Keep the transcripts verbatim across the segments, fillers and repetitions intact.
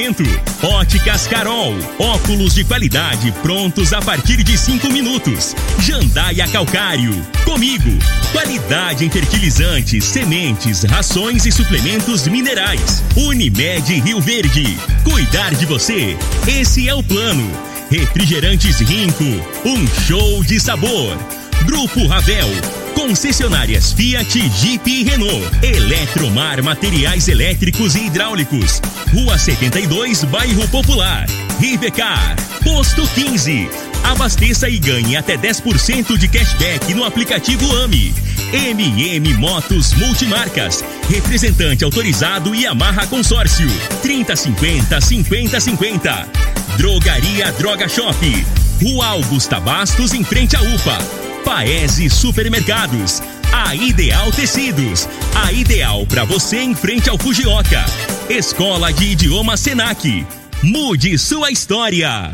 oferecimento. Óticas Carol, óculos de qualidade prontos a partir de cinco minutos. Jandaia Calcário, comigo. Qualidade em fertilizantes, sementes, rações e suplementos minerais. Unimed Rio Verde, cuidar de você, esse é o plano. Refrigerantes Rinco, um show de sabor. Grupo Ravel, concessionárias Fiat, Jeep e Renault. Eletromar Materiais Elétricos e Hidráulicos, Rua setenta e dois, Bairro Popular. Rivecar, Posto quinze. Abasteça e ganhe até dez por cento de cashback no aplicativo AMI. M M Motos Multimarcas, representante autorizado Yamaha Consórcio. trinta cinquenta, cinquenta cinquenta. Drogaria Droga Shop, Rua Augusta Bastos, em frente à U P A. Paese Supermercados, a Ideal Tecidos, a ideal para você em frente ao Fujioka. Escola de Idioma Senac, mude sua história.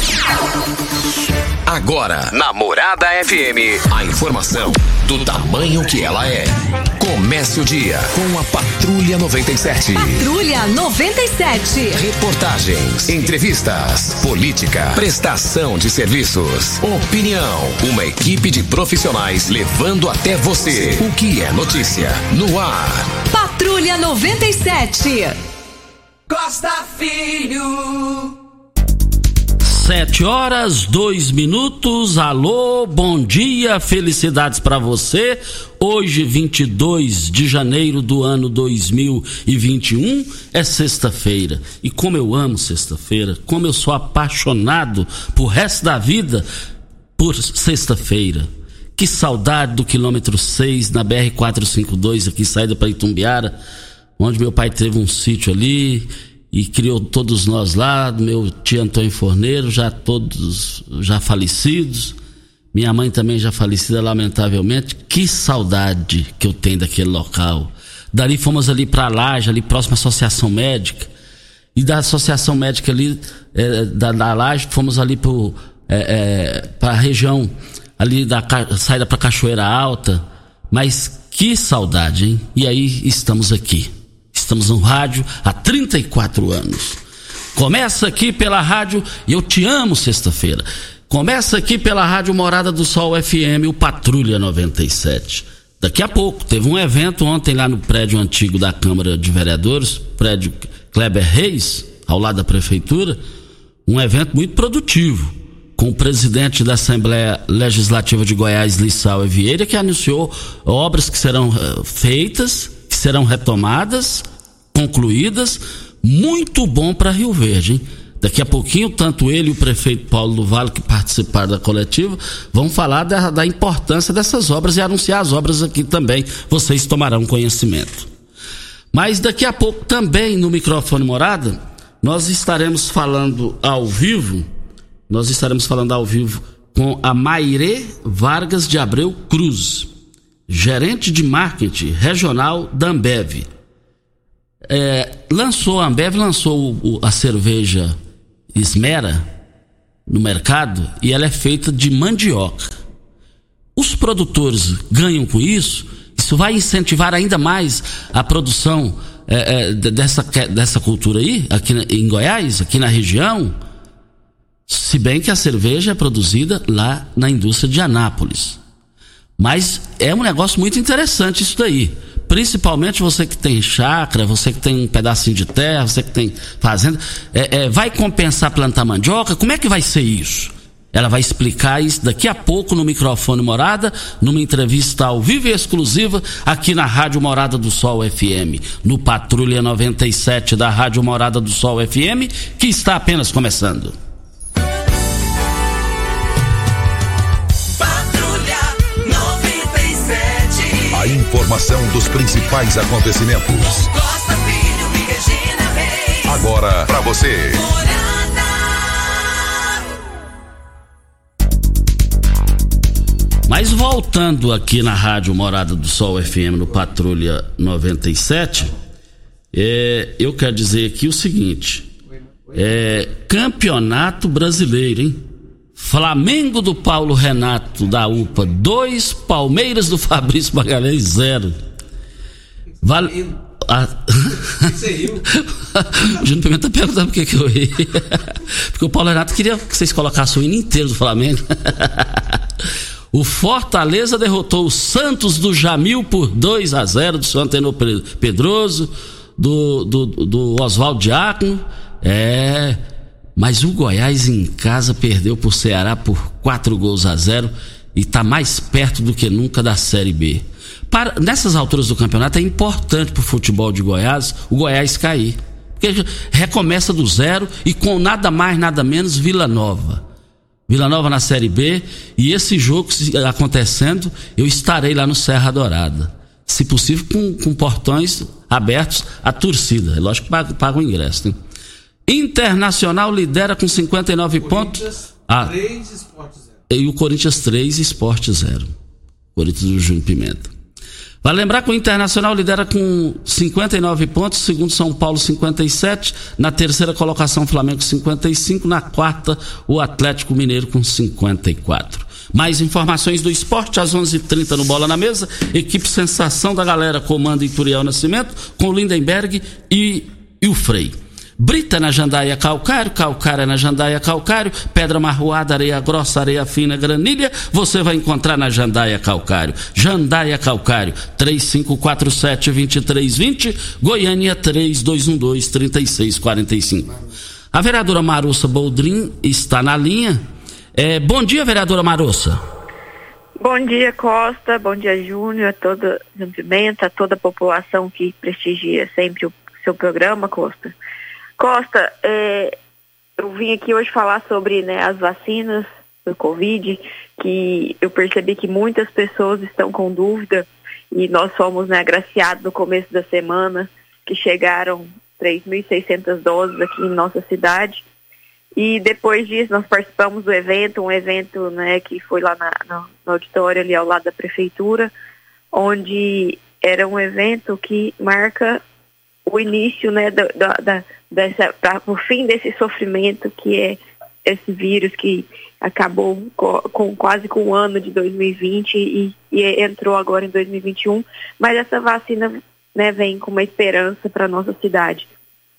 Agora, na Morada F M, a informação do tamanho que ela é. Comece o dia com a Patrulha noventa e sete. Patrulha noventa e sete. Reportagens, entrevistas, política, prestação de serviços, opinião. Uma equipe de profissionais levando até você o que é notícia no ar. Patrulha noventa e sete. Costa Filho. Sete horas, dois minutos. Alô, bom dia, felicidades para você. Hoje, vinte e dois de janeiro do ano dois mil e vinte e um, é sexta-feira. E como eu amo sexta-feira, como eu sou apaixonado pro resto da vida por sexta-feira. Que saudade do quilômetro seis na B R quatrocentos e cinquenta e dois, aqui saída para Itumbiara, onde meu pai teve um sítio ali e criou todos nós lá, meu tio Antônio Forneiro, já todos já falecidos, minha mãe também já falecida, lamentavelmente. Que saudade que eu tenho daquele local. Dali fomos ali para Laje, ali próximo à Associação Médica, e da Associação Médica ali, é, da, da Laje, fomos ali pro, é, é, para a região ali da saída para Cachoeira Alta. Mas que saudade, hein? E aí estamos aqui. Estamos no rádio há trinta e quatro anos. Começa aqui pela rádio Eu Te Amo Sexta-feira. Começa aqui pela rádio Morada do Sol F M, o Patrulha noventa e sete. Daqui a pouco, teve um evento ontem lá no prédio antigo da Câmara de Vereadores, prédio Kleber Reis, ao lado da Prefeitura. Um evento muito produtivo, com o presidente da Assembleia Legislativa de Goiás, Lissau Vieira, que anunciou obras que serão uh, feitas, que serão retomadas, concluídas. Muito bom para Rio Verde, hein? Daqui a pouquinho, tanto ele e o prefeito Paulo do Vale, que participaram da coletiva, vão falar da, da importância dessas obras e anunciar as obras aqui também. Vocês tomarão conhecimento. Mas daqui a pouco também no microfone Morada, nós estaremos falando ao vivo, nós estaremos falando ao vivo com a Mairê Vargas de Abreu Cruz, gerente de marketing regional da Ambev. É, lançou, a Ambev lançou o, a cerveja Esmera no mercado e ela é feita de mandioca. Os produtores ganham com isso, isso vai incentivar ainda mais a produção é, é, dessa, dessa cultura aí, aqui em Goiás, aqui na região, se bem que a cerveja é produzida lá na indústria de Anápolis. Mas é um negócio muito interessante isso daí. Principalmente você que tem chácara, você que tem um pedacinho de terra, você que tem fazenda, é, é, vai compensar plantar mandioca? Como é que vai ser isso? Ela vai explicar isso daqui a pouco no microfone Morada, numa entrevista ao vivo e exclusiva aqui na Rádio Morada do Sol F M, no Patrulha noventa e sete da Rádio Morada do Sol F M, que está apenas começando. A informação dos principais acontecimentos. Costa Filho e Regina Reis. Agora pra você. Mas voltando aqui na Rádio Morada do Sol F M, no Patrulha noventa e sete, é, eu quero dizer aqui o seguinte: é, Campeonato Brasileiro, hein? Flamengo do Paulo Renato da U P A dois, Palmeiras do Fabrício Magalhães zero. Vale, A... Você riu? O Júnior Pimenta tá perguntando por que, que eu ri. Porque o Paulo Renato queria que vocês colocassem o hino inteiro do Flamengo. O Fortaleza derrotou o Santos do Jamil por dois a zero, do seu Antenor Pedroso, do, do, do Oswaldo Diácono. É, mas o Goiás em casa perdeu pro Ceará por quatro gols a zero e está mais perto do que nunca da Série B. Para, nessas alturas do campeonato é importante pro futebol de Goiás o Goiás cair, porque recomeça do zero e com nada mais, nada menos Vila Nova. Vila Nova na Série B, e esse jogo acontecendo, eu estarei lá no Serra Dourada. Se possível, com, com portões abertos à torcida. É lógico que paga, paga o ingresso, né? Internacional lidera com cinquenta e nove pontos. Ah, três, Sport zero. E o Corinthians três, Sport zero. Corinthians do Júnior Pimenta. Vale lembrar que o Internacional lidera com cinquenta e nove pontos, segundo São Paulo cinquenta e sete, na terceira colocação Flamengo cinquenta e cinco, na quarta o Atlético Mineiro com cinquenta e quatro. Mais informações do esporte às onze e trinta no Bola na Mesa. Equipe Sensação da Galera comanda Ituriel Nascimento com Lindenberg e, e o Frei. Brita na Jandaia Calcário, Calcária na Jandaia Calcário, Pedra Marroada, Areia Grossa, Areia Fina, Granilha, você vai encontrar na Jandaia Calcário. Jandaia Calcário, três cinco quatro sete, dois três dois zero, Goiânia três dois um dois, três seis quatro cinco. A vereadora Marussa Boldrin está na linha. É, bom dia, vereadora Marussa. Bom dia, Costa, bom dia, Júnior, a toda a Pimenta, a toda a população que prestigia sempre o seu programa, Costa. Costa, é, eu vim aqui hoje falar sobre, né, as vacinas do Covid, que eu percebi que muitas pessoas estão com dúvida e nós fomos, né, agraciados no começo da semana, que chegaram três mil e seiscentas doses aqui em nossa cidade. E depois disso nós participamos do evento, um evento, né, que foi lá na, no, no auditório ali ao lado da prefeitura, onde era um evento que marca o início, né, da, da, da dessa, pra, o fim desse sofrimento que é esse vírus que acabou com, com quase com o ano de dois mil e vinte e, e entrou agora em dois mil e vinte e um, mas essa vacina, né, vem com uma esperança para a nossa cidade.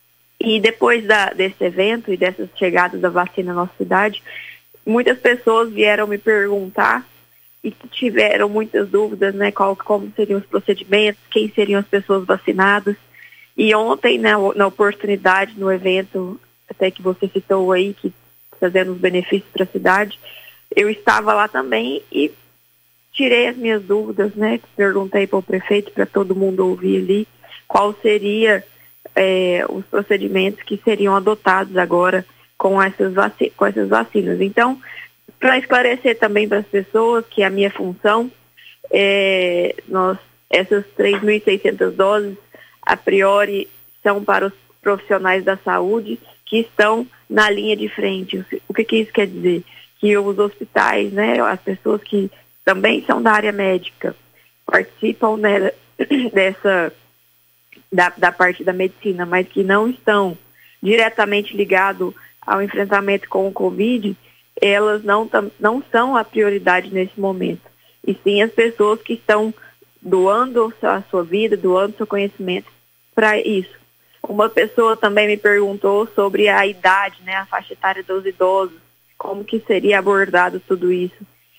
E depois da, desse evento e dessas chegadas da vacina na nossa cidade, muitas pessoas vieram me perguntar e tiveram muitas dúvidas, né, qual, como seriam os procedimentos, quem seriam as pessoas vacinadas. E ontem, né, na oportunidade, no evento, até que você citou aí, que trazendo os benefícios para a cidade, eu estava lá também e tirei as minhas dúvidas, né, perguntei para o prefeito, para todo mundo ouvir ali, qual seria é, os procedimentos que seriam adotados agora com essas, vaci- com essas vacinas. Então, para esclarecer também para as pessoas que a minha função, é, nós, essas três mil e seiscentas doses, a priori, são para os profissionais da saúde que estão na linha de frente. O que, que isso quer dizer? Que os hospitais, né, as pessoas que também são da área médica, participam, né, dessa, da, da parte da medicina, mas que não estão diretamente ligados ao enfrentamento com o Covid, elas não, não são a prioridade nesse momento. E sim as pessoas que estão doando a sua vida, doando seu conhecimento para isso. Uma pessoa também me perguntou sobre a idade, né, a faixa etária dos idosos, como que seria abordado tudo isso.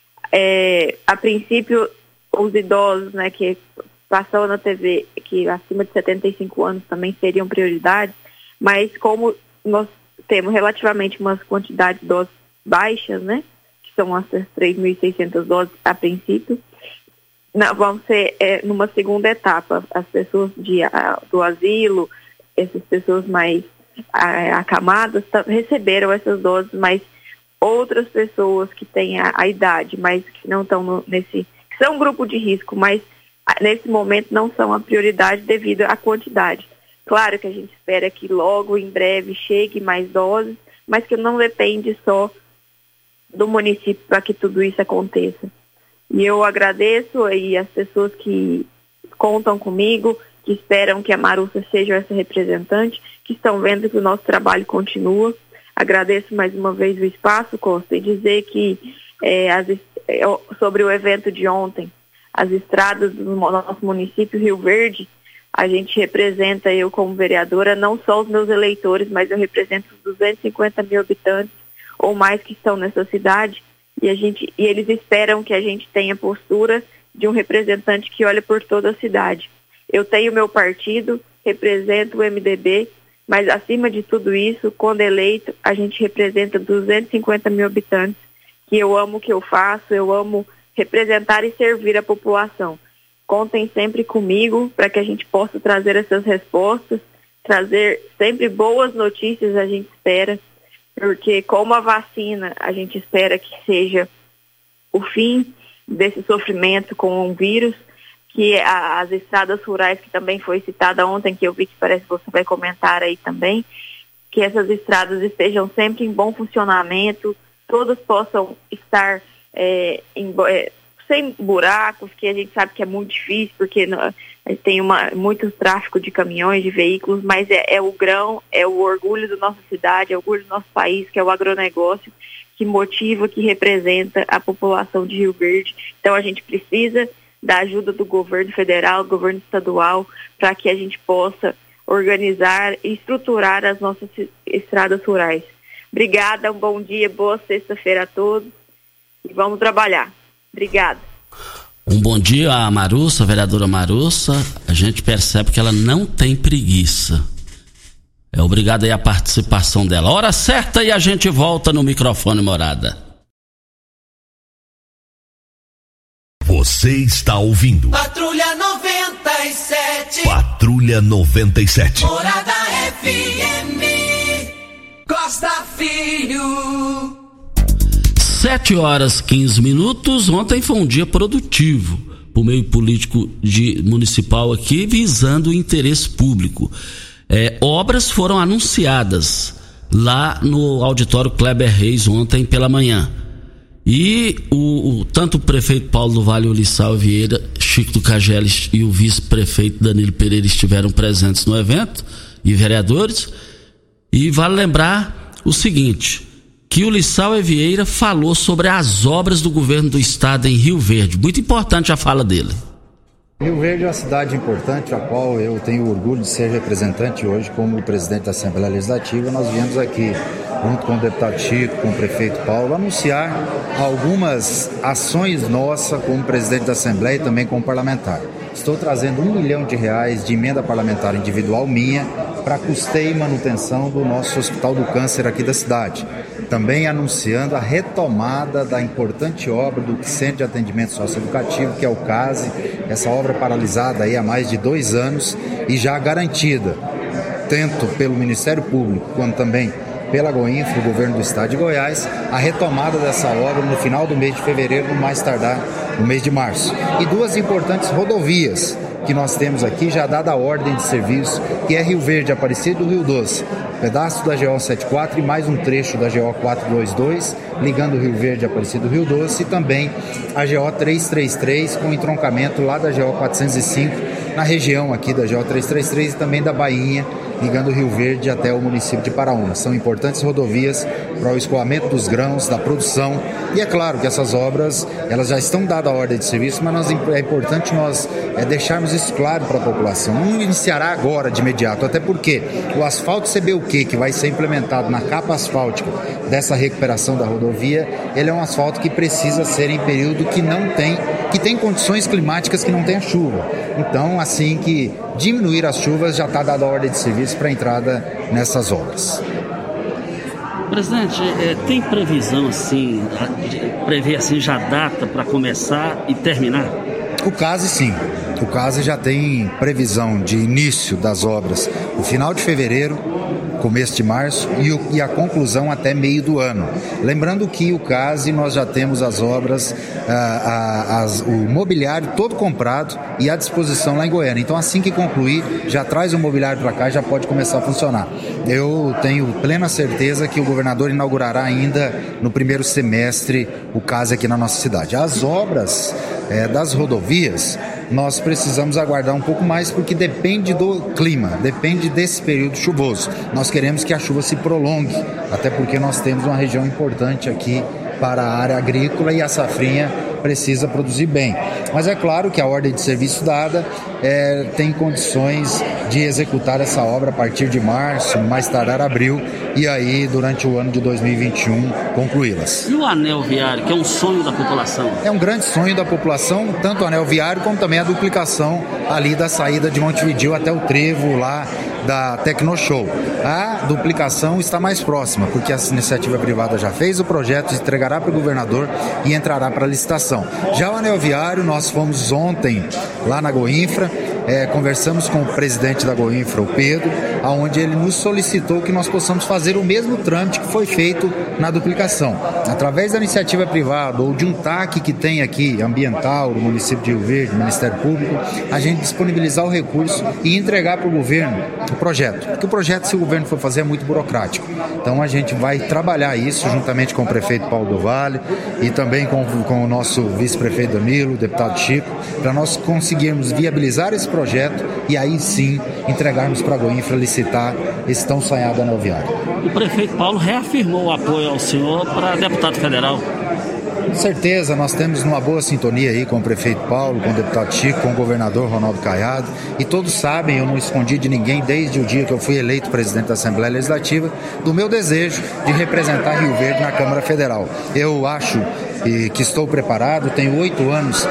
É, a princípio, os idosos, né, que passam na T V, que acima de setenta e cinco anos também seriam prioridades, mas como nós temos relativamente umas quantidades de doses baixas, né, que são essas três mil e seiscentas doses a princípio, não, vão ser é, numa segunda etapa. As pessoas de, a, do asilo, essas pessoas mais a, acamadas, tá, receberam essas doses, mas outras pessoas que têm a, a idade, mas que não estão nesse, que são um grupo de risco, mas a, nesse momento não são a prioridade devido à quantidade. Claro que a gente espera que logo, em breve, chegue mais doses, mas que não depende só do município para que tudo isso aconteça. E eu agradeço aí as pessoas que contam comigo, que esperam que a Marussa seja essa representante, que estão vendo que o nosso trabalho continua. Agradeço mais uma vez o espaço, Costa, e dizer que é, as, sobre o evento de ontem, as estradas do nosso município, Rio Verde, A gente representa, eu como vereadora, não só os meus eleitores, mas eu represento os duzentos e cinquenta mil habitantes ou mais que estão nessa cidade, e, a gente, e eles esperam que a gente tenha postura de um representante que olha por toda a cidade. Eu tenho meu partido, represento o M D B, mas acima de tudo isso, quando eleito, a gente representa duzentos e cinquenta mil habitantes, que eu amo o que eu faço, eu amo representar e servir a população. Contem sempre comigo para que a gente possa trazer essas respostas, trazer sempre boas notícias, a gente espera, porque como a vacina, a gente espera que seja o fim desse sofrimento com o vírus, que a, as estradas rurais, que também foi citada ontem, que eu vi que parece que você vai comentar aí também, que essas estradas estejam sempre em bom funcionamento, todas possam estar é, em, é, sem buracos, que a gente sabe que é muito difícil, porque não, tem uma, muito tráfego de caminhões, de veículos, mas é, é o grão, é o orgulho da nossa cidade, é o orgulho do nosso país, que é o agronegócio, que motiva, que representa a população de Rio Verde. Então a gente precisa da ajuda do governo federal, do governo estadual, para que a gente possa organizar e estruturar as nossas estradas rurais. Obrigada, um bom dia, boa sexta-feira a todos e vamos trabalhar. Obrigada. Um bom dia à Marussa, a vereadora Marussa. A gente percebe que ela não tem preguiça. É obrigado aí a participação dela. Hora certa e a gente volta no microfone Morada. Você está ouvindo Patrulha noventa e sete. Patrulha noventa e sete. Morada F M. Costa Filho. Sete horas quinze minutos. Ontem foi um dia produtivo para o meio político de, municipal aqui, visando o interesse público. É, obras foram anunciadas lá no auditório Kleber Reis ontem pela manhã. E o, o, tanto o prefeito Paulo do Vale Ulissal Vieira, Chico do Cagel e o vice-prefeito Danilo Pereira estiveram presentes no evento, e vereadores. E vale lembrar o seguinte, que o Lissau Vieira falou sobre as obras do governo do estado em Rio Verde. Muito importante a fala dele. Rio Verde é uma cidade importante, a qual eu tenho orgulho de ser representante hoje como presidente da Assembleia Legislativa. Nós viemos aqui, junto com o deputado Chico, com o prefeito Paulo, anunciar algumas ações nossas como presidente da Assembleia e também como parlamentar. Estou trazendo um milhão de reais de emenda parlamentar individual minha para custeio e manutenção do nosso Hospital do Câncer aqui da cidade. Também anunciando a retomada da importante obra do Centro de Atendimento Socioeducativo, que é o CASE, essa obra paralisada aí há mais de dois anos e já garantida, tanto pelo Ministério Público quanto também pela Goinfra, o governo do estado de Goiás, a retomada dessa obra no final do mês de fevereiro, no mais tardar no mês de março. E duas importantes rodovias que nós temos aqui, já dada a ordem de serviço, que é Rio Verde, Aparecido do Rio Doce, pedaço da G O setenta e quatro e mais um trecho da G O quatrocentos e vinte e dois, ligando o Rio Verde, Aparecido do Rio Doce, e também a G O trezentos e trinta e três, com entroncamento lá da G O quatrocentos e cinco, na região aqui da G O trezentos e trinta e três e também da Bainha, ligando o Rio Verde até o município de Paraúna. São importantes rodovias para o escoamento dos grãos, da produção, e é claro que essas obras, elas já estão dadas a ordem de serviço, mas nós, é importante nós é, deixarmos isso claro para a população. Não iniciará agora de imediato, até porque o asfalto C B U Q, que vai ser implementado na capa asfáltica dessa recuperação da rodovia, ele é um asfalto que precisa ser em período que não tem, que tem condições climáticas que não tenha chuva. Então, assim que diminuir as chuvas, já está dada a ordem de serviço para a entrada nessas obras. Presidente, é, tem previsão assim, prever assim já data para começar e terminar? O CASE sim, o CASE já tem previsão de início das obras no final de fevereiro, começo de março e, o, e a conclusão até meio do ano. Lembrando que o CASE nós já temos as obras, a, a, as, o mobiliário todo comprado e à disposição lá em Goiânia. Então assim que concluir, já traz o mobiliário para cá e já pode começar a funcionar. Eu tenho plena certeza que o governador inaugurará ainda no primeiro semestre o CASE aqui na nossa cidade. As obras é, das rodovias, nós precisamos aguardar um pouco mais porque depende do clima, depende desse período chuvoso. Nós queremos que a chuva se prolongue, até porque nós temos uma região importante aqui para a área agrícola e a safrinha precisa produzir bem. Mas é claro que a ordem de serviço dada é, tem condições de executar essa obra a partir de março, mais tardar abril, e aí durante o ano de dois mil e vinte e um concluí-las. E o anel viário, que é um sonho da população? É um grande sonho da população, tanto o anel viário como também a duplicação ali da saída de Montevidéu até o trevo lá da Tecnoshow. A duplicação está mais próxima, porque a iniciativa privada já fez o projeto, entregará para o governador e entrará para a licitação. Já o anel viário, nós fomos ontem lá na Goinfra, é, conversamos com o presidente da Goinfra, o Pedro, onde ele nos solicitou que nós possamos fazer o mesmo trâmite que foi feito na duplicação. Através da iniciativa privada ou de um T A C que tem aqui, ambiental, do município de Rio Verde, do Ministério Público, a gente disponibilizar o recurso e entregar para o governo o projeto. Porque o projeto, se o governo for fazer, é muito burocrático. Então a gente vai trabalhar isso juntamente com o prefeito Paulo do Vale e também com, com o nosso vice-prefeito Danilo, o deputado Chico, para nós conseguirmos viabilizar esse projeto e aí sim entregarmos para a Goinfra licitar esse tão sonhado anel viário. O prefeito Paulo reafirmou o apoio ao senhor para deputado federal. Com certeza, nós temos uma boa sintonia aí com o prefeito Paulo, com o deputado Chico, com o governador Ronaldo Caiado, e todos sabem, eu não escondi de ninguém desde o dia que eu fui eleito presidente da Assembleia Legislativa, do meu desejo de representar Rio Verde na Câmara Federal. Eu acho e que estou preparado, tenho oito anos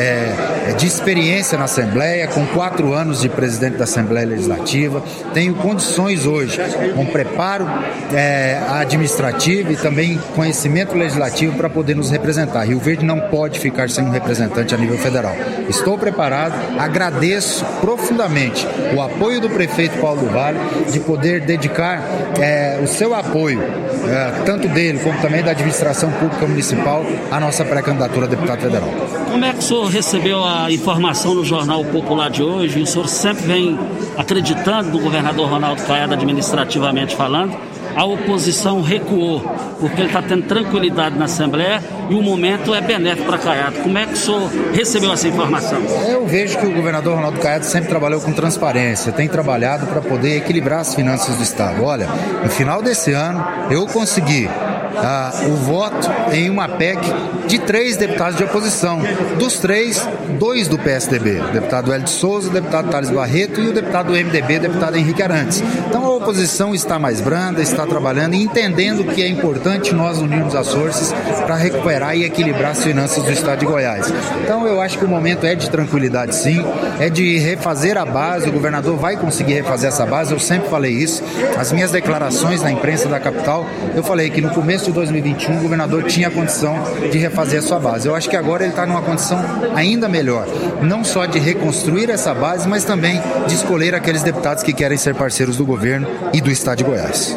é, de experiência na Assembleia, com quatro anos de presidente da Assembleia Legislativa, tenho condições hoje, com preparo é, administrativo e também conhecimento legislativo para poder nos representar. Rio Verde não pode ficar sem um representante a nível federal. Estou preparado, agradeço profundamente o apoio do prefeito Paulo do Vale, de poder dedicar é, o seu apoio, é, tanto dele como também da administração pública municipal, a nossa pré-candidatura a deputado federal. Como é que o senhor recebeu a informação no Jornal Popular de hoje? O senhor sempre vem acreditando no governador Ronaldo Caiado, administrativamente falando. A oposição recuou, porque ele está tendo tranquilidade na Assembleia e o momento é benéfico para Caiado. Como é que o senhor recebeu essa informação? Eu vejo que o governador Ronaldo Caiado sempre trabalhou com transparência, tem trabalhado para poder equilibrar as finanças do Estado. Olha, no final desse ano, eu consegui Ah, o voto em uma P E C de três deputados de oposição. Dos três, dois do P S D B, o deputado Hélio de Souza, o deputado Thales Barreto e o deputado do M D B, o deputado Henrique Arantes. Então a oposição está mais branda, está trabalhando e entendendo que é importante nós unirmos as forças para recuperar e equilibrar as finanças do Estado de Goiás. Então eu acho que o momento é de tranquilidade sim, é de refazer a base, o governador vai conseguir refazer essa base, eu sempre falei isso. As minhas declarações na imprensa da capital, eu falei que no começo de dois mil e vinte e um o governador tinha a condição de refazer a sua base. Eu acho que agora ele está numa condição ainda melhor, não só de reconstruir essa base, mas também de escolher aqueles deputados que querem ser parceiros do governo e do Estado de Goiás.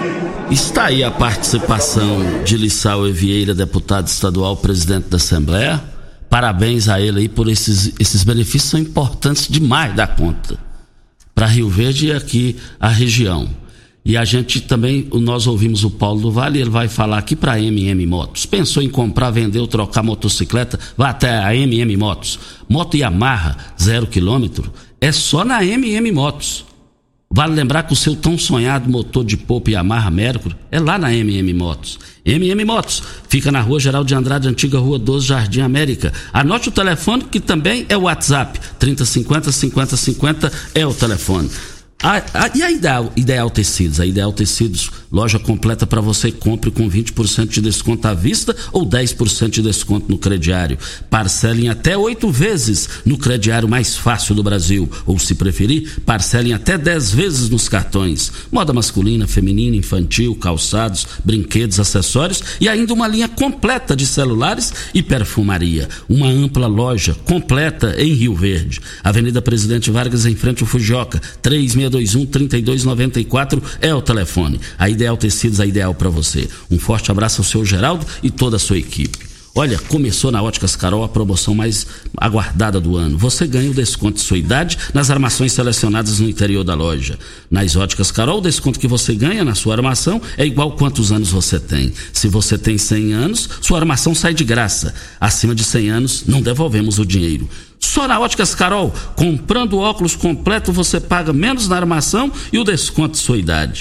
Está aí a participação de Lissau Evieira, deputado estadual, presidente da Assembleia. Parabéns a ele aí por esses, esses benefícios, são importantes demais da conta para Rio Verde e aqui a região. E a gente também, nós ouvimos o Paulo do Vale, ele vai falar aqui para a M M Motos. Pensou em comprar, vender ou trocar motocicleta? Vá até a M M Motos. Moto Yamaha, zero quilômetro, é só na M M Motos. Vale lembrar que o seu tão sonhado motor de polpa Yamaha Mercury é lá na M M Motos. M M Motos fica na Rua Geraldo de Andrade, antiga Rua doze, Jardim América. Anote o telefone que também é o WhatsApp. trinta cinquenta cinquenta cinquenta é o telefone. A, a, e a Ideal, Ideal Tecidos? A Ideal Tecidos, loja completa para você, compre com vinte por cento de desconto à vista ou dez por cento de desconto no crediário. Parcelem até oito vezes no crediário mais fácil do Brasil. Ou, se preferir, parcelem até dez vezes nos cartões. Moda masculina, feminina, infantil, calçados, brinquedos, acessórios e ainda uma linha completa de celulares e perfumaria. Uma ampla loja completa em Rio Verde. Avenida Presidente Vargas, em frente ao Fujioka, três seis dois um, três dois nove quatro é o telefone. A Ideal Tecidos, a ideal para você. Um forte abraço ao seu Geraldo e toda a sua equipe. Olha, começou na Óticas Carol a promoção mais aguardada do ano. Você ganha o desconto de sua idade nas armações selecionadas no interior da loja. Nas Óticas Carol, o desconto que você ganha na sua armação é igual quantos anos você tem. Se você tem cem anos, sua armação sai de graça. Acima de cem anos, não devolvemos o dinheiro. Só na Óticas Carol, comprando o óculos completo, você paga menos na armação e o desconto de sua idade.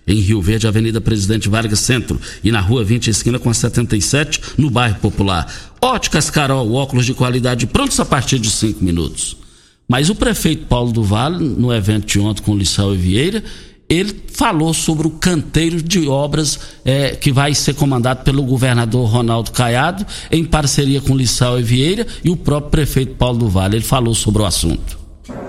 em Rio Verde, Avenida Presidente Vargas Centro, e na Rua vinte, esquina com a setenta e sete, no bairro Popular. Óticas Carol, óculos de qualidade prontos a partir de cinco minutos. Mas o prefeito Paulo do Vale, no evento de ontem com o Lissau e Vieira, ele falou sobre o canteiro de obras é, que vai ser comandado pelo governador Ronaldo Caiado, em parceria com Lissau e Vieira e o próprio prefeito Paulo do Vale. Ele falou sobre o assunto.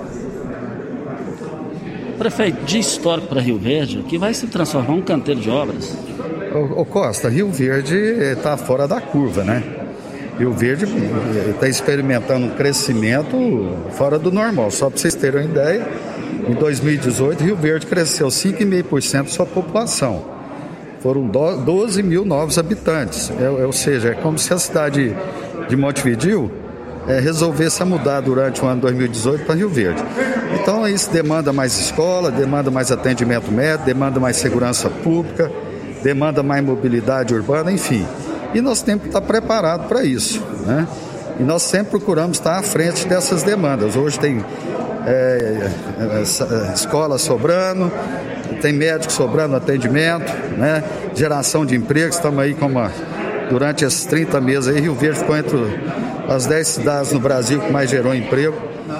Prefeito, de histórico para Rio Verde, que vai se transformar em um canteiro de obras. Ô, ô Costa, Rio Verde está fora da curva, né? Rio Verde está experimentando um crescimento fora do normal. Só para vocês terem uma ideia, em dois mil e dezoito, Rio Verde cresceu cinco vírgula cinco por cento de sua população. Foram doze mil novos habitantes. É, ou seja, é como se a cidade de Montevidéu é, resolvesse mudar durante o ano dois mil e dezoito para Rio Verde. Então isso demanda mais escola, demanda mais atendimento médico, demanda mais segurança pública, demanda mais mobilidade urbana, enfim. E nós temos que estar preparados para isso, né? E nós sempre procuramos estar à frente dessas demandas. Hoje tem é, é, escola sobrando, tem médico sobrando atendimento, né? Geração de empregos, estamos aí como a, durante esses trinta meses aí, Rio Verde ficou entre as dez cidades no Brasil que mais gerou emprego.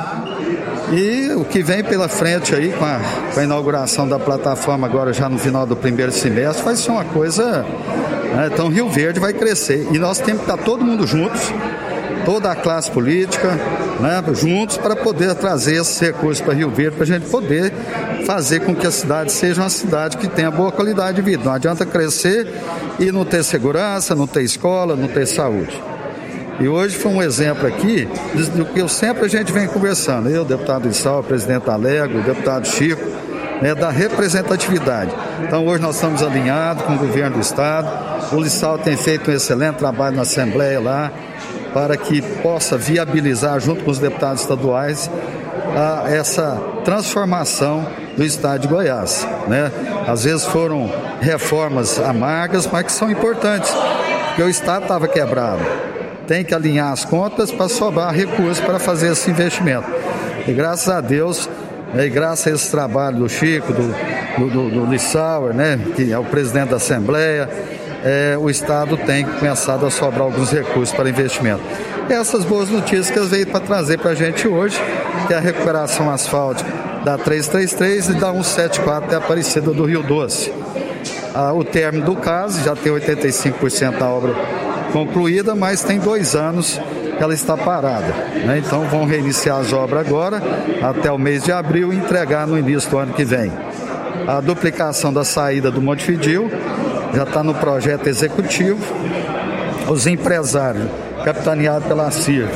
E o que vem pela frente aí com a, com a inauguração da plataforma agora já no final do primeiro semestre vai ser uma coisa, né? Então Rio Verde vai crescer e nós temos que estar todo mundo juntos, toda a classe política, né, juntos para poder trazer esses recursos para Rio Verde, para a gente poder fazer com que a cidade seja uma cidade que tenha boa qualidade de vida. Não adianta crescer e não ter segurança, não ter escola, não ter saúde. E hoje foi um exemplo aqui do que eu sempre a gente vem conversando, eu, deputado Lissau, presidente Alego, o deputado Chico, né, da representatividade. Então hoje nós estamos alinhados com o governo do estado, o Lissau tem feito um excelente trabalho na Assembleia lá, para que possa viabilizar, junto com os deputados estaduais, a, essa transformação do estado de Goiás, né? Às vezes foram reformas amargas, mas que são importantes, porque o estado estava quebrado. Tem que alinhar as contas para sobrar recursos para fazer esse investimento. E graças a Deus, né, e graças a esse trabalho do Chico, do, do, do, do Lissauer, né, que é o presidente da Assembleia, é, o Estado tem começado a sobrar alguns recursos para investimento. E essas boas notícias que eles veio para trazer para a gente hoje, que é a recuperação asfáltica da trezentos e trinta e três e da cento e setenta e quatro da Aparecida do Rio Doce. Ah, o término do caso já tem oitenta e cinco por cento da obra concluída, mas tem dois anos que ela está parada, né? Então vão reiniciar as obras agora, até o mês de abril, e entregar no início do ano que vem. A duplicação da saída do Montevidéu já está no projeto executivo. Os empresários, capitaneados pela C I R,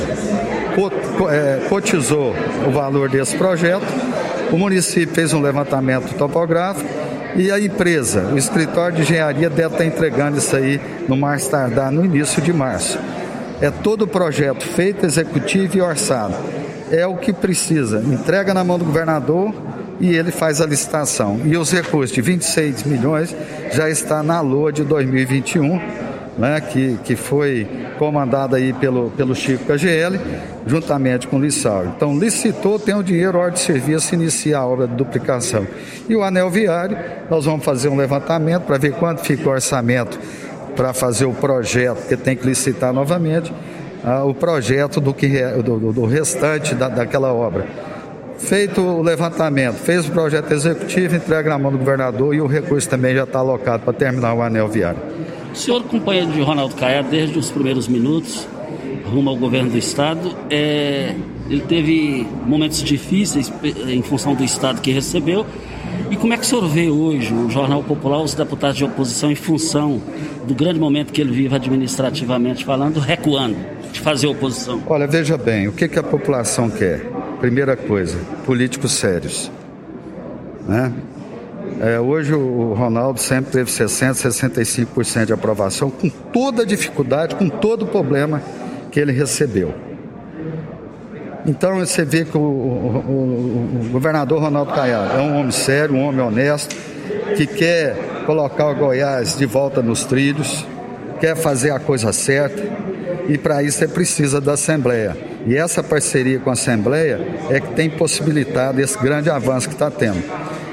cotizou o valor desse projeto, o município fez um levantamento topográfico e a empresa, o escritório de engenharia, deve estar entregando isso aí no mais tardar no início de março. É todo o projeto feito, executivo e orçado. É o que precisa, entrega na mão do governador e ele faz a licitação. E os recursos de vinte e seis milhões já está na L O A de dois mil e vinte e um, né, que, que foi comandada aí pelo, pelo Chico K G L, juntamente com o Lissau. Então, licitou, tem o dinheiro, ordem de serviço, iniciar a obra de duplicação. E o anel viário, nós vamos fazer um levantamento para ver quanto fica o orçamento para fazer o projeto, porque tem que licitar novamente, ah, o projeto do, que, do, do restante da, daquela obra. Feito o levantamento, fez o projeto executivo, entrega na mão do governador e o recurso também já está alocado para terminar o anel viário. O senhor, companheiro de Ronaldo Caiado, desde os primeiros minutos, rumo ao governo do estado, é, ele teve momentos difíceis em função do estado que recebeu. E como é que o senhor vê hoje o Jornal Popular, os deputados de oposição, em função do grande momento que ele vive administrativamente falando, recuando de fazer oposição? Olha, veja bem, o que, que a população quer? Primeira coisa, políticos sérios, né? É, hoje o Ronaldo sempre teve sessenta, sessenta e cinco por cento de aprovação, com toda a dificuldade, com todo o problema que ele recebeu. Então você vê que o, o, o governador Ronaldo Caiado é um homem sério, um homem honesto, que quer colocar o Goiás de volta nos trilhos, quer fazer a coisa certa, e para isso ele precisa da Assembleia. E essa parceria com a Assembleia é que tem possibilitado esse grande avanço que está tendo.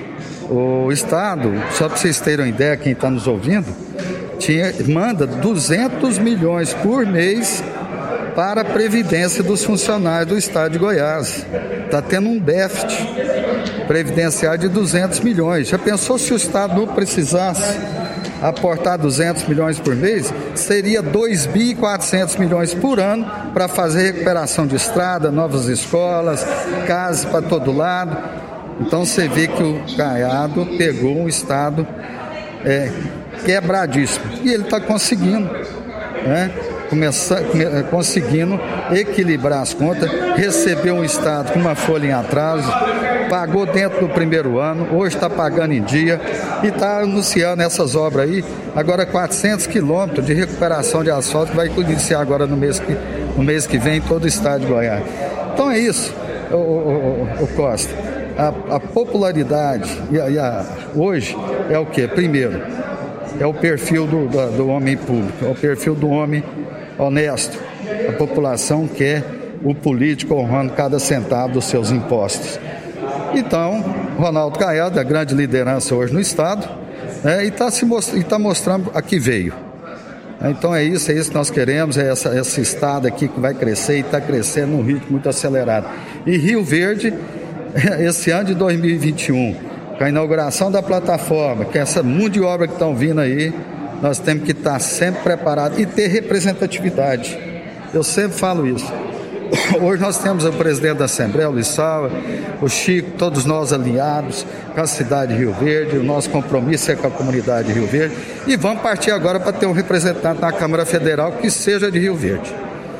O Estado, só para vocês terem uma ideia, quem está nos ouvindo, tinha, manda duzentos milhões por mês para a previdência dos funcionários do Estado de Goiás. Está tendo um déficit previdenciário de duzentos milhões. Já pensou se o Estado não precisasse aportar duzentos milhões por mês? Seria dois bilhões e quatrocentos milhões por ano para fazer recuperação de estrada, novas escolas, casas para todo lado. Então você vê que o Caiado pegou um Estado é, quebradíssimo. E ele está conseguindo, né? Começar, conseguindo equilibrar as contas, recebeu um Estado com uma folha em atraso, pagou dentro do primeiro ano, hoje está pagando em dia e está anunciando essas obras aí, agora quatrocentos quilômetros de recuperação de asfalto que vai iniciar agora no mês que, no mês que vem em todo o estado de Goiás. Então é isso, o, o, o, o Costa, a, a popularidade e a, e a, hoje é o que? Primeiro, é o perfil do, do, do homem público, é o perfil do homem honesto. A população quer o político honrando cada centavo dos seus impostos. Então, Ronaldo Caiado é a grande liderança hoje no Estado, né, e está most- tá mostrando a que veio. Então é isso, é isso que nós queremos, é essa, esse Estado aqui que vai crescer e está crescendo num ritmo muito acelerado. E Rio Verde, esse ano de dois mil e vinte e um, com a inauguração da plataforma, que é essa monte de obra que estão vindo aí, nós temos que estar sempre preparados e ter representatividade. Eu sempre falo isso. Hoje nós temos o presidente da Assembleia, o Lissau, o Chico, todos nós alinhados com a cidade de Rio Verde, o nosso compromisso é com a comunidade de Rio Verde, e vamos partir agora para ter um representante na Câmara Federal que seja de Rio Verde.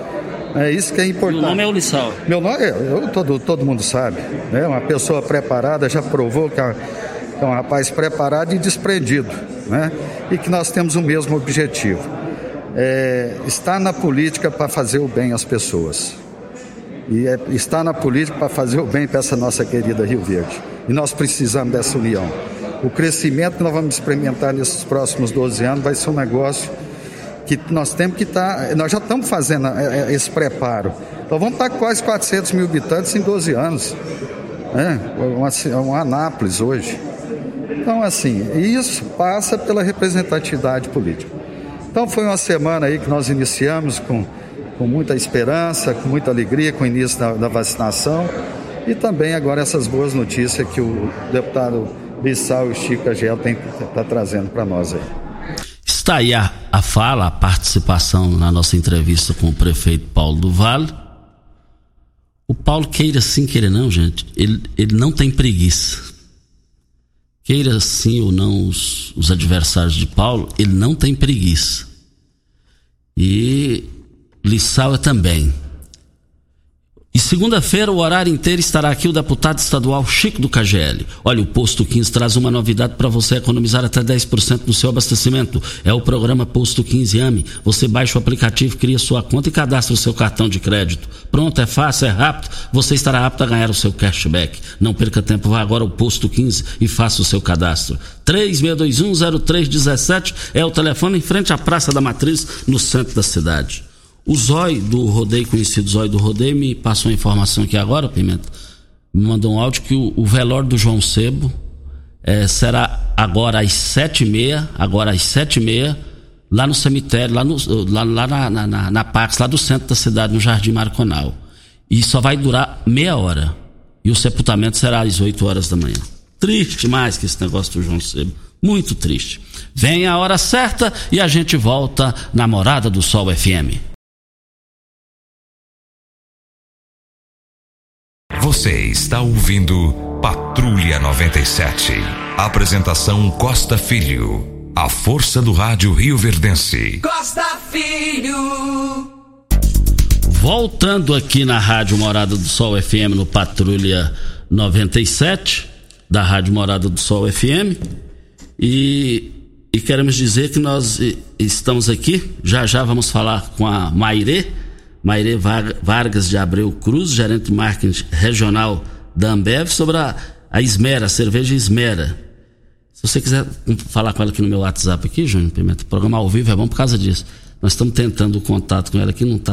É isso que é importante. Meu nome é o Lissau. Meu nome é, eu, todo, todo mundo sabe, né? Uma pessoa preparada, já provou que é, é um rapaz preparado e desprendido, né? E que nós temos o mesmo objetivo. É, estar na política para fazer o bem às pessoas. E é, estar na política para fazer o bem para essa nossa querida Rio Verde. E nós precisamos dessa união. O crescimento que nós vamos experimentar nesses próximos doze anos vai ser um negócio que nós temos que estar, nós já estamos fazendo esse preparo. Nós vamos estar com quase quatrocentos mil habitantes em doze anos, né? Uma, uma Anápolis hoje. Então, assim, isso passa pela representatividade política. Então, foi uma semana aí que nós iniciamos com, com muita esperança, com muita alegria, com o início da, da vacinação e também agora essas boas notícias que o deputado Lissau e o Chico Agel tem que estar trazendo para nós aí. Está aí a, a fala, a participação na nossa entrevista com o prefeito Paulo do Vale. O Paulo, queira sim, queira não, gente, ele, ele não tem preguiça. Queira sim ou não os, os adversários de Paulo, ele não tem preguiça. E Lissau também. E segunda-feira, o horário inteiro, estará aqui o deputado estadual Chico do K G L. Olha, o Posto quinze traz uma novidade para você economizar até dez por cento no seu abastecimento. É o programa Posto quinze AME. Você baixa o aplicativo, cria sua conta e cadastra o seu cartão de crédito. Pronto, é fácil, é rápido. Você estará apto a ganhar o seu cashback. Não perca tempo, vá agora ao Posto quinze e faça o seu cadastro. três seis dois um zero três um sete é o telefone em frente à Praça da Matriz, no centro da cidade. O Zói do Rodeio, conhecido Zói do Rodeio, me passou a informação aqui agora, Pimenta, me mandou um áudio que o, o velório do João Sebo é, será agora às sete e meia, agora às sete e meia, lá no cemitério, lá, no, lá, lá na, na, na, na Pax, lá do centro da cidade, no Jardim Marconal. E só vai durar meia hora. E o sepultamento será às oito horas da manhã. Triste mais que esse negócio do João Sebo. Muito triste. Vem a hora certa e a gente volta na Morada do Sol F M. Você está ouvindo Patrulha noventa e sete. Apresentação Costa Filho. A força do rádio rioverdense. Costa Filho. Voltando aqui na Rádio Morada do Sol F M, no Patrulha noventa e sete, da Rádio Morada do Sol F M. E, e queremos dizer que nós estamos aqui, já já vamos falar com a Mairê, Mairê Vargas de Abreu Cruz, gerente de marketing regional da Ambev, sobre a, a Esmera, a cerveja Esmera. Se você quiser falar com ela aqui no meu WhatsApp aqui, Júnior Pimenta, o programa ao vivo é bom por causa disso. Nós estamos tentando o contato com ela aqui, não está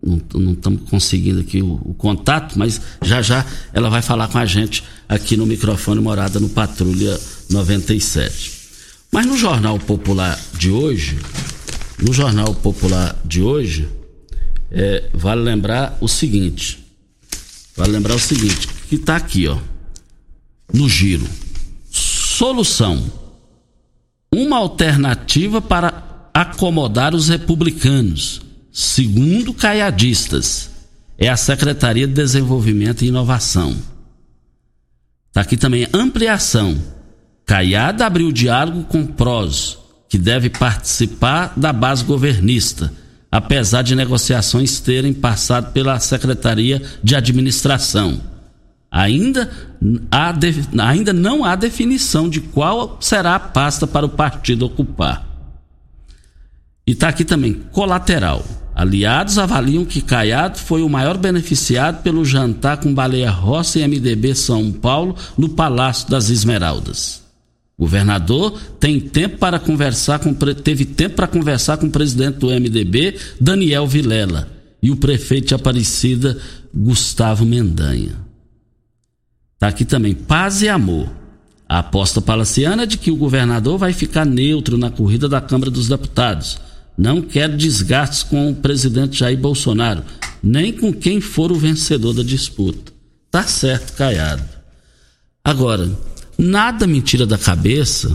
não estamos conseguindo aqui o, o contato, mas já já ela vai falar com a gente aqui no microfone Morada no Patrulha noventa e sete. Mas no Jornal Popular de hoje, no Jornal Popular de hoje, é, vale lembrar o seguinte, vale lembrar o seguinte, que está aqui, ó, no giro. Solução: uma alternativa para acomodar os republicanos, segundo caiadistas, é a Secretaria de Desenvolvimento e Inovação. Está aqui também ampliação. Caiado abriu diálogo com P R O S, que deve participar da base governista, apesar de negociações terem passado pela Secretaria de Administração. Ainda, há de, ainda não há definição de qual será a pasta para o partido ocupar. E está aqui também, colateral. Aliados avaliam que Caiado foi o maior beneficiado pelo jantar com Baleia Rossi e M D B São Paulo no Palácio das Esmeraldas. O governador tem tempo para conversar com, teve tempo para conversar com o presidente do M D B, Daniel Vilela, e o prefeito de Aparecida, Gustavo Mendanha. Está aqui também, paz e amor. A aposta palaciana é de que o governador vai ficar neutro na corrida da Câmara dos Deputados. Não quer desgastes com o presidente Jair Bolsonaro, nem com quem for o vencedor da disputa. Tá certo, Caiado. Agora, nada me tira da cabeça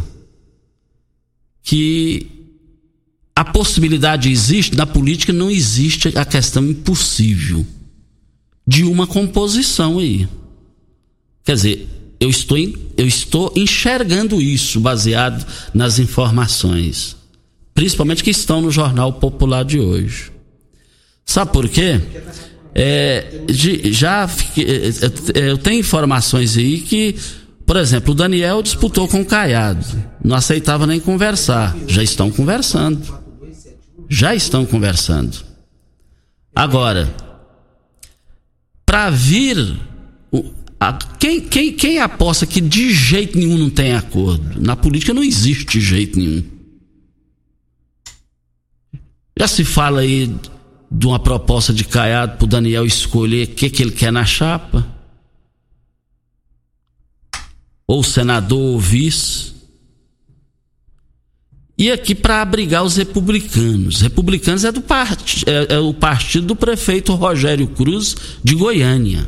que a possibilidade existe, na política não existe a questão impossível de uma composição aí. Quer dizer, eu estou, eu estou enxergando isso baseado nas informações, principalmente que estão no Jornal Popular de hoje. Sabe por quê? É, de, já eu tenho informações aí que, por exemplo, o Daniel disputou com o Caiado, não aceitava nem conversar. Já estão conversando. Já estão conversando. Agora, para vir, a, quem, quem, quem aposta que de jeito nenhum não tem acordo? Na política não existe jeito nenhum. Já se fala aí de uma proposta de Caiado para o Daniel escolher o que, que ele quer na chapa? Ou senador ou vice. E aqui para abrigar os republicanos. Republicanos é, do part... é, é o partido do prefeito Rogério Cruz de Goiânia.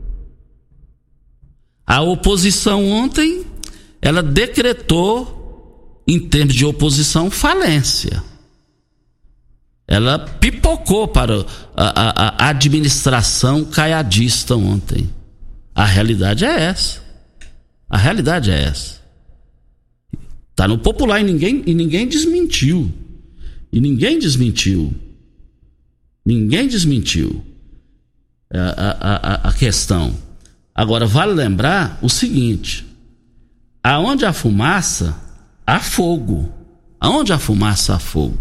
A oposição ontem, ela decretou, em termos de oposição, falência. Ela pipocou para a, a, a administração caiadista ontem. A realidade é essa. A realidade é essa. Está no Popular e ninguém, e ninguém desmentiu. E ninguém desmentiu. Ninguém desmentiu a, a, a, a questão. Agora, vale lembrar o seguinte: aonde há fumaça, há fogo. Aonde há fumaça, há fogo.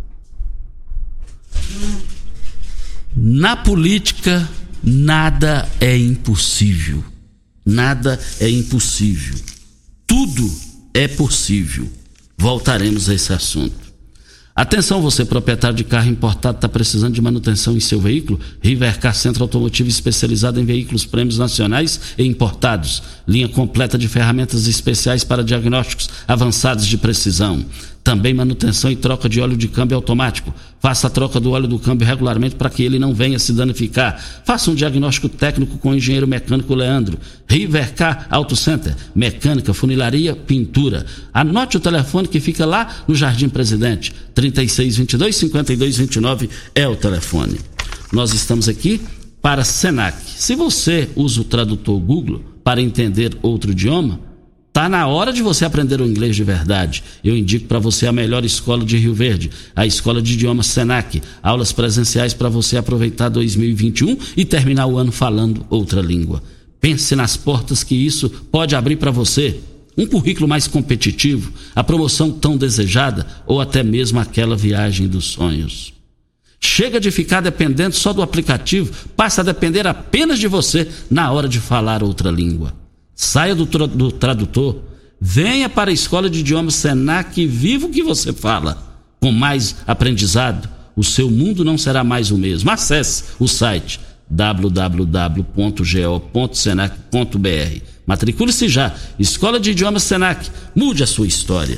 Na política, nada é impossível. Nada é impossível. Tudo é possível. Voltaremos a esse assunto. Atenção, você proprietário de carro importado, está precisando de manutenção em seu veículo? Rivercar Centro Automotivo, especializado em veículos prêmios nacionais e importados. Linha completa de ferramentas especiais para diagnósticos avançados de precisão. Também manutenção e troca de óleo de câmbio automático. Faça a troca do óleo do câmbio regularmente para que ele não venha se danificar. Faça um diagnóstico técnico com o engenheiro mecânico Leandro. Rivercar Auto Center. Mecânica, funilaria, pintura. Anote o telefone que fica lá no Jardim Presidente. trinta e seis, vinte e dois, cinquenta e dois, vinte e nove é o telefone. Nós estamos aqui para Senac. Se você usa o tradutor Google para entender outro idioma, tá na hora de você aprender o inglês de verdade. Eu indico para você a melhor escola de Rio Verde, a Escola de Idiomas Senac. Aulas presenciais para você aproveitar dois mil e vinte e um e terminar o ano falando outra língua. Pense nas portas que isso pode abrir para você. Um currículo mais competitivo, a promoção tão desejada ou até mesmo aquela viagem dos sonhos. Chega de ficar dependendo só do aplicativo, passa a depender apenas de você na hora de falar outra língua. Saia do, tra- do tradutor, venha para a Escola de Idiomas Senac e viva o que você fala. Com mais aprendizado, O seu mundo não será mais o mesmo. Acesse o site w w w ponto g o ponto senac ponto b r. Matricule-se já. Escola de Idiomas Senac. Mude a sua história.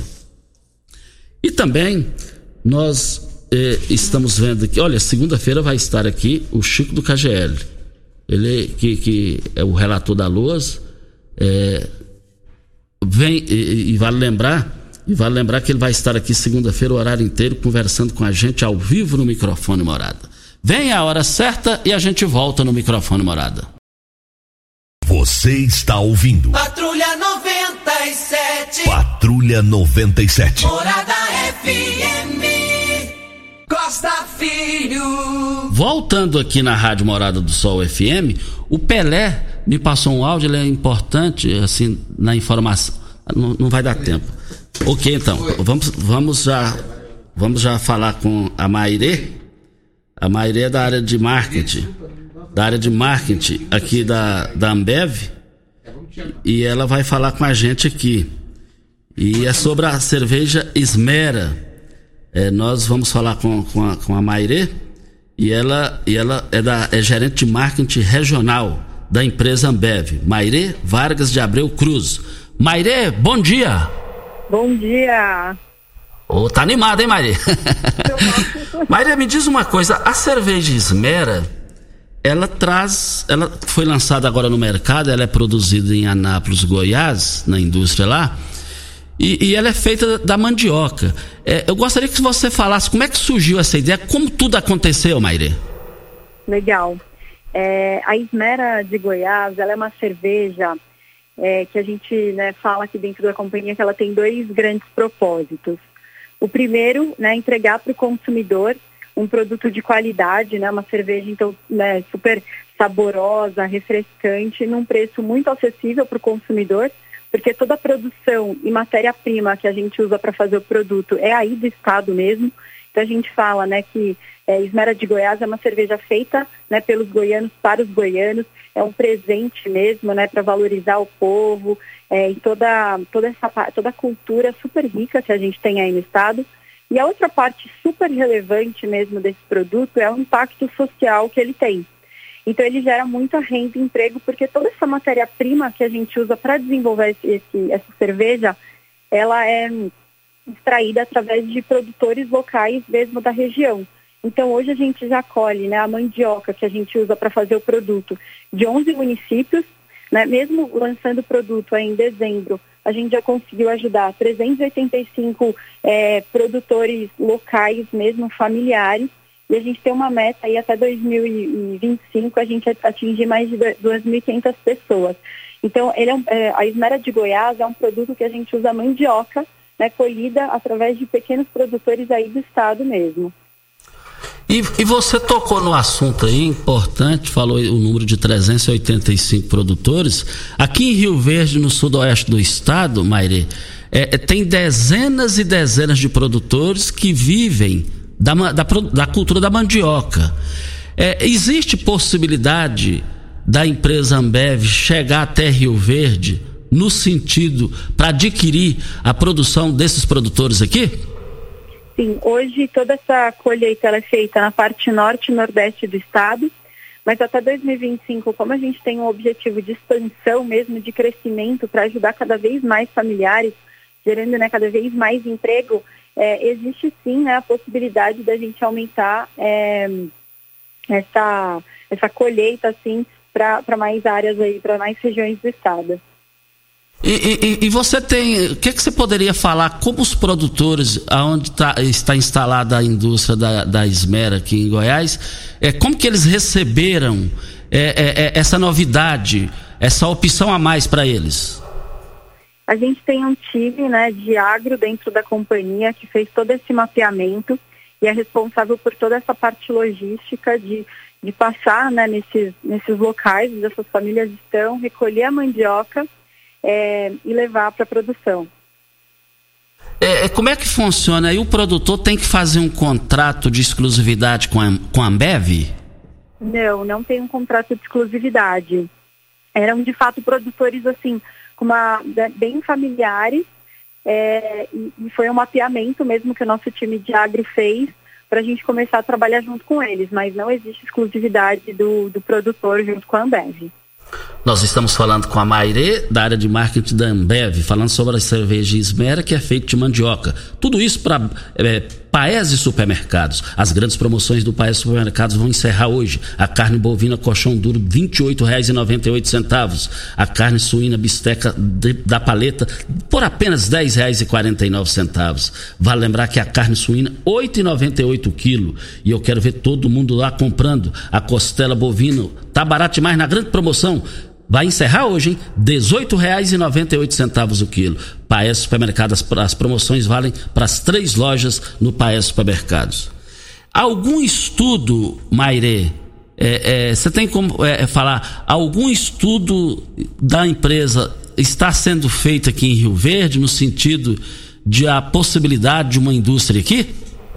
E também nós eh, estamos vendo aqui, olha, segunda-feira vai estar aqui o Chico do K G L. Ele que, que é o relator da Loas. É, vem e, e vale lembrar e vale lembrar que ele vai estar aqui segunda-feira o horário inteiro conversando com a gente ao vivo no microfone Morada. Vem a hora certa e a gente volta no microfone Morada. Você está ouvindo Patrulha noventa e sete. Patrulha noventa e sete. Morada F M. Costa Filho. Voltando aqui na Rádio Morada do Sol F M, o Pelé me passou um áudio, ele é importante assim na informação. Não, não vai dar tempo. Ok, então, vamos, vamos já vamos já falar com a Mairê. A Mairê é da área de marketing, da área de marketing aqui da, da Ambev, e ela vai falar com a gente aqui. E é sobre a cerveja Esmera. É, nós vamos falar com, com a, com a Mairê, e ela, e ela é, da, é gerente de marketing regional da empresa Ambev. Mairê Vargas de Abreu Cruz. Mairê, bom dia. Bom dia. Oh, tá animado, hein, Mairê? Mairê, me diz uma coisa, a cerveja Esmera, ela traz, ela foi lançada agora no mercado, ela é produzida em Anápolis, Goiás, na indústria lá, e, e ela é feita da mandioca. É, eu gostaria que você falasse como é que surgiu essa ideia, como tudo aconteceu, Mairê. Legal. É, a Esmera de Goiás, ela é uma cerveja é, que a gente né, fala aqui dentro da companhia que ela tem dois grandes propósitos. O primeiro, né, entregar para o consumidor um produto de qualidade, né, uma cerveja então, né, super saborosa, refrescante, num preço muito acessível para o consumidor, porque toda a produção e matéria-prima que a gente usa para fazer o produto é aí do estado mesmo. Então a gente fala né, que é, Esmera de Goiás é uma cerveja feita né, pelos goianos para os goianos, é um presente mesmo né, para valorizar o povo, É, e toda, toda, essa, toda a cultura super rica que a gente tem aí no estado. E a outra parte super relevante mesmo desse produto é o impacto social que ele tem. Então ele gera muita renda e emprego, porque toda essa matéria-prima que a gente usa para desenvolver esse, esse, essa cerveja, ela é extraída através de produtores locais mesmo da região. Então hoje a gente já colhe né, a mandioca que a gente usa para fazer o produto de onze municípios. Né? Mesmo lançando o produto aí em dezembro, a gente já conseguiu ajudar trezentos e oitenta e cinco é, produtores locais, mesmo familiares, e a gente tem uma meta aí até dois mil e vinte e cinco, a gente atingir mais de duas mil e quinhentas pessoas. Então, ele é, um, é, a Esmera de Goiás é um produto que a gente usa mandioca, né, colhida através de pequenos produtores aí do estado mesmo. E, e você tocou no assunto aí importante, falou o número de trezentos e oitenta e cinco produtores. Aqui em Rio Verde, no sudoeste do estado, Mairê, é, tem dezenas e dezenas de produtores que vivem da, da, da cultura da mandioca. É, existe possibilidade da empresa Ambev chegar até Rio Verde no sentido para adquirir a produção desses produtores aqui? Sim, hoje toda essa colheita ela é feita na parte norte e nordeste do estado, mas até dois mil e vinte e cinco, como a gente tem um objetivo de expansão mesmo, de crescimento, para ajudar cada vez mais familiares, gerando né, cada vez mais emprego, é, existe sim né, a possibilidade da gente aumentar é, essa, essa colheita assim, para mais áreas aí, para mais regiões do estado. E, e, e você tem, o que, que você poderia falar como os produtores, aonde tá, está instalada a indústria da, da Esmera aqui em Goiás, é, como que eles receberam é, é, essa novidade, essa opção a mais para eles? A gente tem um time né, de agro dentro da companhia que fez todo esse mapeamento e é responsável por toda essa parte logística de, de passar né, nesses, nesses locais onde essas famílias estão, recolher a mandioca É, e levar para a produção. É, como é que funciona? Aí o produtor tem que fazer um contrato de exclusividade com a, com a Ambev? Não, não tem um contrato de exclusividade. Eram de fato produtores assim, com uma, bem familiares, é, e, e foi um mapeamento mesmo que o nosso time de agro fez para a gente começar a trabalhar junto com eles, mas não existe exclusividade do, do produtor junto com a Ambev. Nós estamos falando com a Mairê, da área de marketing da Ambev, falando sobre a cerveja Esmera, que é feita de mandioca. Tudo isso para é, Paes e Supermercados. As grandes promoções do Paes e Supermercados vão encerrar hoje. A carne bovina colchão duro, vinte e oito reais e noventa e oito centavos. A carne suína bisteca de, da paleta, por apenas dez reais e quarenta e nove centavos. Vale lembrar que a carne suína, oito reais e noventa e oito centavos o quilo. E eu quero ver todo mundo lá comprando. A costela bovina, tá barato demais na grande promoção. Vai encerrar hoje, hein? dezoito reais e noventa e oito centavos o quilo. Paes Supermercados, as promoções valem para as três lojas no Paes Supermercados. Algum estudo, Mairê, é, é, você tem como é, falar, algum estudo da empresa está sendo feito aqui em Rio Verde, no sentido de a possibilidade de uma indústria aqui?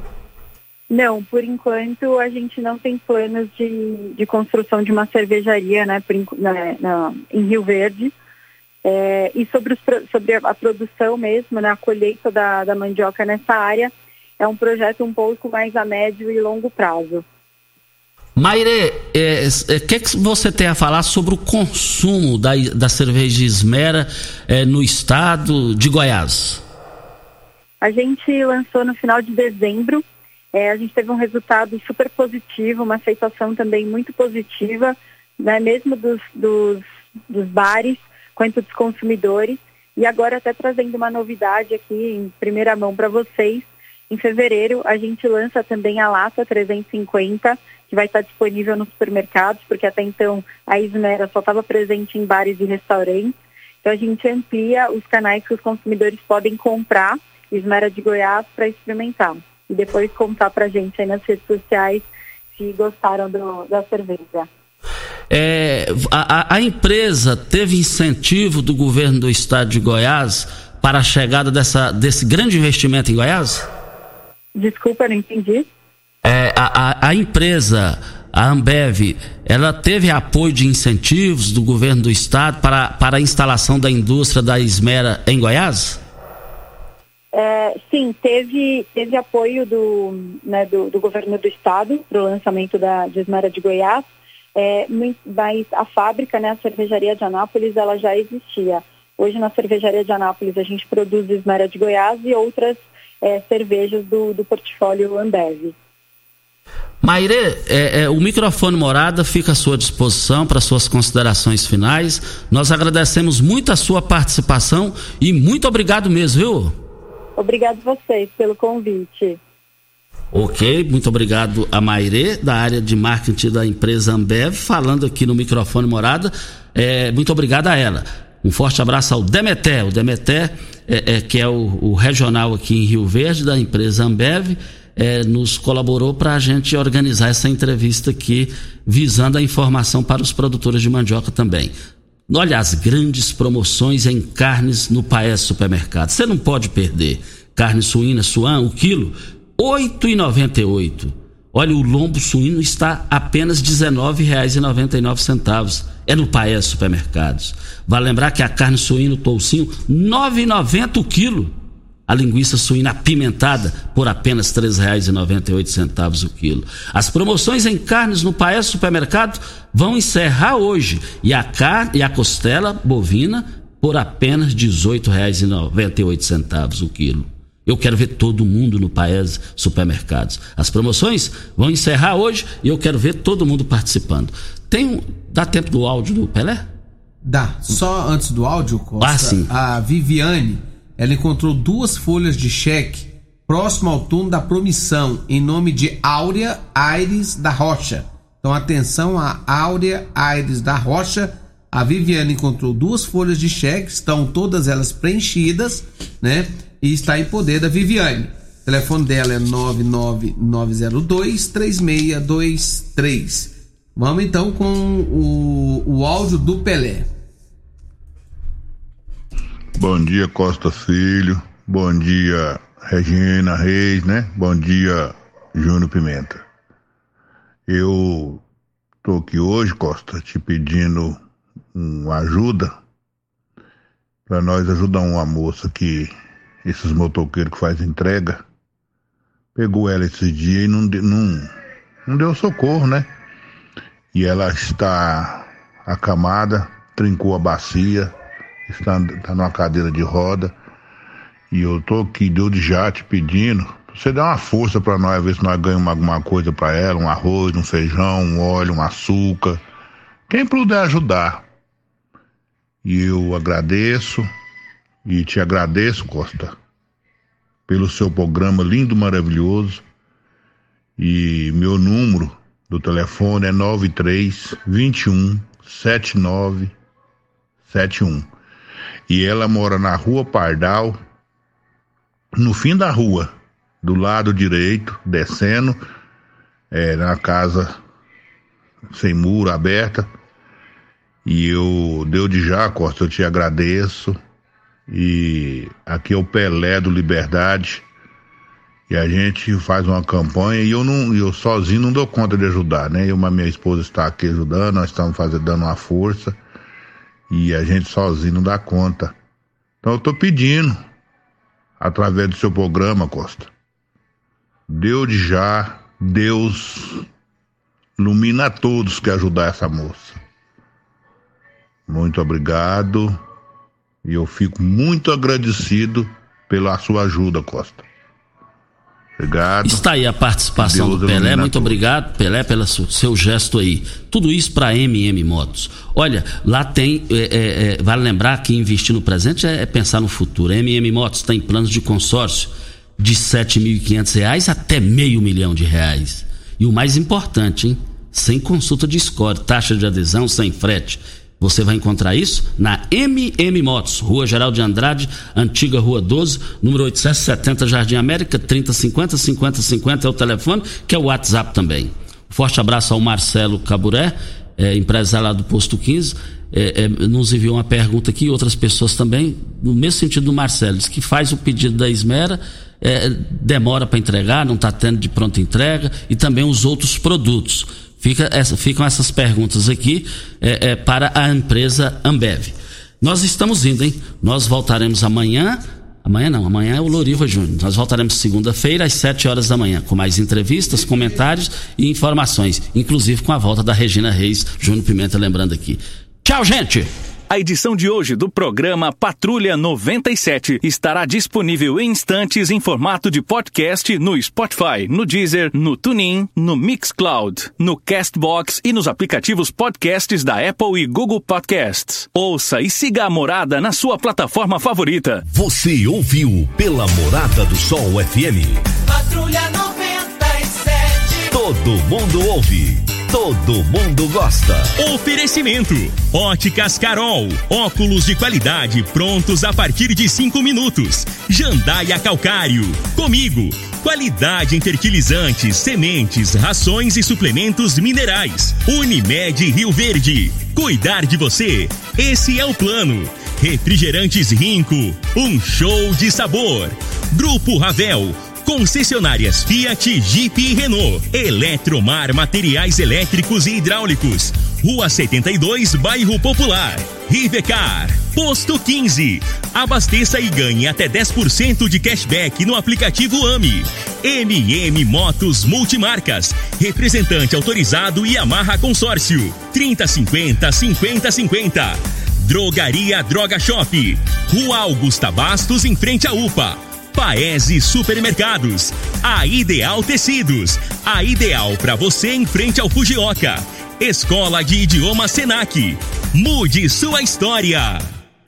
Não, por enquanto a gente não tem planos de, de construção de uma cervejaria, né, por, né na, em Rio Verde. É, e sobre, os, sobre a produção mesmo, né, a colheita da, da mandioca nessa área, é um projeto um pouco mais a médio e longo prazo. Mairê, o é, é, que, que você tem a falar sobre o consumo da, da cerveja Esmera é, no estado de Goiás? A gente lançou no final de dezembro. É, a gente teve um resultado super positivo, uma aceitação também muito positiva, né, mesmo dos, dos, dos bares, quanto dos consumidores. E agora até trazendo uma novidade aqui em primeira mão para vocês. Em fevereiro a gente lança também a lata trezentos e cinquenta, que vai estar disponível nos supermercados, porque até então a Esmera só estava presente em bares e restaurantes. Então a gente amplia os canais que os consumidores podem comprar Esmera de Goiás para experimentar. E depois contar pra gente aí nas redes sociais se gostaram do, da cerveja. É, a, a empresa teve incentivo do governo do estado de Goiás para a chegada dessa, desse grande investimento em Goiás? Desculpa, não entendi. É, a, a, a empresa, a Ambev, ela teve apoio de incentivos do governo do estado para, para a instalação da indústria da Esmera em Goiás? É, sim, teve, teve apoio do, né, do, do governo do estado para o lançamento da de Esmera de Goiás, é, mas a fábrica, né, a cervejaria de Anápolis, ela já existia. Hoje na cervejaria de Anápolis a gente produz Esmera de Goiás e outras é, cervejas do, do portfólio Ambev. Mairê, é, é, o microfone Morada fica à sua disposição para suas considerações finais. Nós agradecemos muito a sua participação e muito obrigado mesmo, viu? Obrigado a vocês pelo convite. Ok, muito obrigado a Mairê, da área de marketing da empresa Ambev, falando aqui no microfone Morada. É, muito obrigado a ela. Um forte abraço ao Demeter, o Demeter, é, é, que é o, o regional aqui em Rio Verde, da empresa Ambev, é, nos colaborou para a gente organizar essa entrevista aqui, visando a informação para os produtores de mandioca também. Olha as grandes promoções em carnes no Paes Supermercado. Você não pode perder. Carne suína, suã, o quilo, oito reais e noventa e oito centavos. Olha, o lombo suíno está apenas dezenove reais e noventa e nove centavos. É no Paes Supermercados. Vale lembrar que a carne suína, o toucinho, nove reais e noventa centavos o quilo. A linguiça suína apimentada por apenas três reais e noventa e oito centavos o quilo. As promoções em carnes no Paes Supermercado vão encerrar hoje. E a carne e a costela bovina por apenas dezoito reais e noventa e oito centavos o quilo. Eu quero ver todo mundo no Paes Supermercados. As promoções vão encerrar hoje e eu quero ver todo mundo participando. Tem um, dá tempo do áudio do Pelé? Dá. Só antes do áudio, Costa, ah, sim. A Viviane, ela encontrou duas folhas de cheque próximo ao túmulo da Promissão, em nome de Áurea Aires da Rocha. Então, atenção a Áurea Aires da Rocha. A Viviane encontrou duas folhas de cheque, estão todas elas preenchidas, né? E está em poder da Viviane. O telefone dela é nove nove nove zero dois, três seis dois três. Vamos então com o, o áudio do Pelé. Bom dia, Costa Filho. Bom dia, Regina Reis, né? Bom dia, Júnior Pimenta. Eu tô aqui hoje, Costa, te pedindo uma ajuda para nós ajudar uma moça que esses motoqueiros que faz entrega pegou ela esse dia e não, não, não deu socorro, né? E ela está acamada, trincou a bacia, está, está numa cadeira de roda. E eu tô aqui, deu de já te pedindo, você dá uma força para nós, ver se nós ganhamos alguma coisa para ela, um arroz, um feijão, um óleo, um açúcar. Quem puder ajudar. E eu agradeço, e te agradeço, Costa, pelo seu programa lindo, maravilhoso. E meu número do telefone é nove três dois um sete nove sete um. E ela mora na Rua Pardal, no fim da rua, do lado direito, descendo, é, na casa sem muro, aberta. E eu, deu de já, Costa, eu te agradeço. E aqui é o Pelé do Liberdade. E a gente faz uma campanha e eu não, eu sozinho não dou conta de ajudar, né? Eu, minha esposa está aqui ajudando, nós estamos fazendo, dando uma força. E a gente sozinho não dá conta. Então eu tô pedindo, através do seu programa, Costa, deu de já, Deus ilumina a todos que ajudar essa moça. Muito obrigado. E eu fico muito agradecido pela sua ajuda, Costa. Obrigado. Está aí a participação Deus do Pelé. Muito obrigado, Pelé, pelo seu gesto aí. Tudo isso para M M Motos. Olha, lá tem, é, é, é, vale lembrar que investir no presente é, é pensar no futuro. A M M Motos tem planos de consórcio de sete mil e quinhentos reais até meio milhão de reais. E o mais importante, hein? Sem consulta de score, taxa de adesão, sem frete. Você vai encontrar isso na M M Motos, Rua Geraldo de Andrade, antiga Rua doze, número oitocentos e setenta, Jardim América, trinta cinquenta, cinquenta cinquenta é o telefone, que é o WhatsApp também. Forte abraço ao Marcelo Caburé, é, empresário lá do Posto quinze, é, é, nos enviou uma pergunta aqui, e outras pessoas também, no mesmo sentido do Marcelo, diz que faz o pedido da Esmera, é, demora para entregar, não está tendo de pronta entrega, e também os outros produtos. Fica essa, ficam essas perguntas aqui é, é, para a empresa Ambev. Nós estamos indo, hein? Nós voltaremos amanhã. Amanhã não, amanhã é o Loriva Júnior. Nós voltaremos segunda-feira às sete horas da manhã, com mais entrevistas, comentários e informações, inclusive com a volta da Regina Reis, Júnior Pimenta, lembrando aqui. Tchau, gente! A edição de hoje do programa Patrulha noventa e sete estará disponível em instantes em formato de podcast no Spotify, no Deezer, no TuneIn, no Mixcloud, no Castbox e nos aplicativos podcasts da Apple e Google Podcasts. Ouça e siga a Morada na sua plataforma favorita. Você ouviu pela Morada do Sol F M. Patrulha noventa e sete. Todo mundo ouve. Todo mundo gosta. Oferecimento: Óticas Carol, óculos de qualidade prontos a partir de cinco minutos. Jandaia Calcário, comigo. Qualidade em fertilizantes, sementes, rações e suplementos minerais. Unimed Rio Verde. Cuidar de você, esse é o plano. Refrigerantes Rinco, um show de sabor. Grupo Ravel, concessionárias Fiat, Jeep e Renault. Eletromar Materiais Elétricos e Hidráulicos. Rua setenta e dois, Bairro Popular. Rivecar. Posto quinze. Abasteça e ganhe até dez por cento de cashback no aplicativo AMI. M M Motos Multimarcas. Representante autorizado Yamaha Consórcio. trinta cinquenta, cinquenta cinquenta. Drogaria Droga Shop. Rua Augusta Bastos, em frente à U P A. Paese Supermercados, a Ideal Tecidos, a ideal para você em frente ao Fujioka. Escola de Idioma Senac, mude sua história.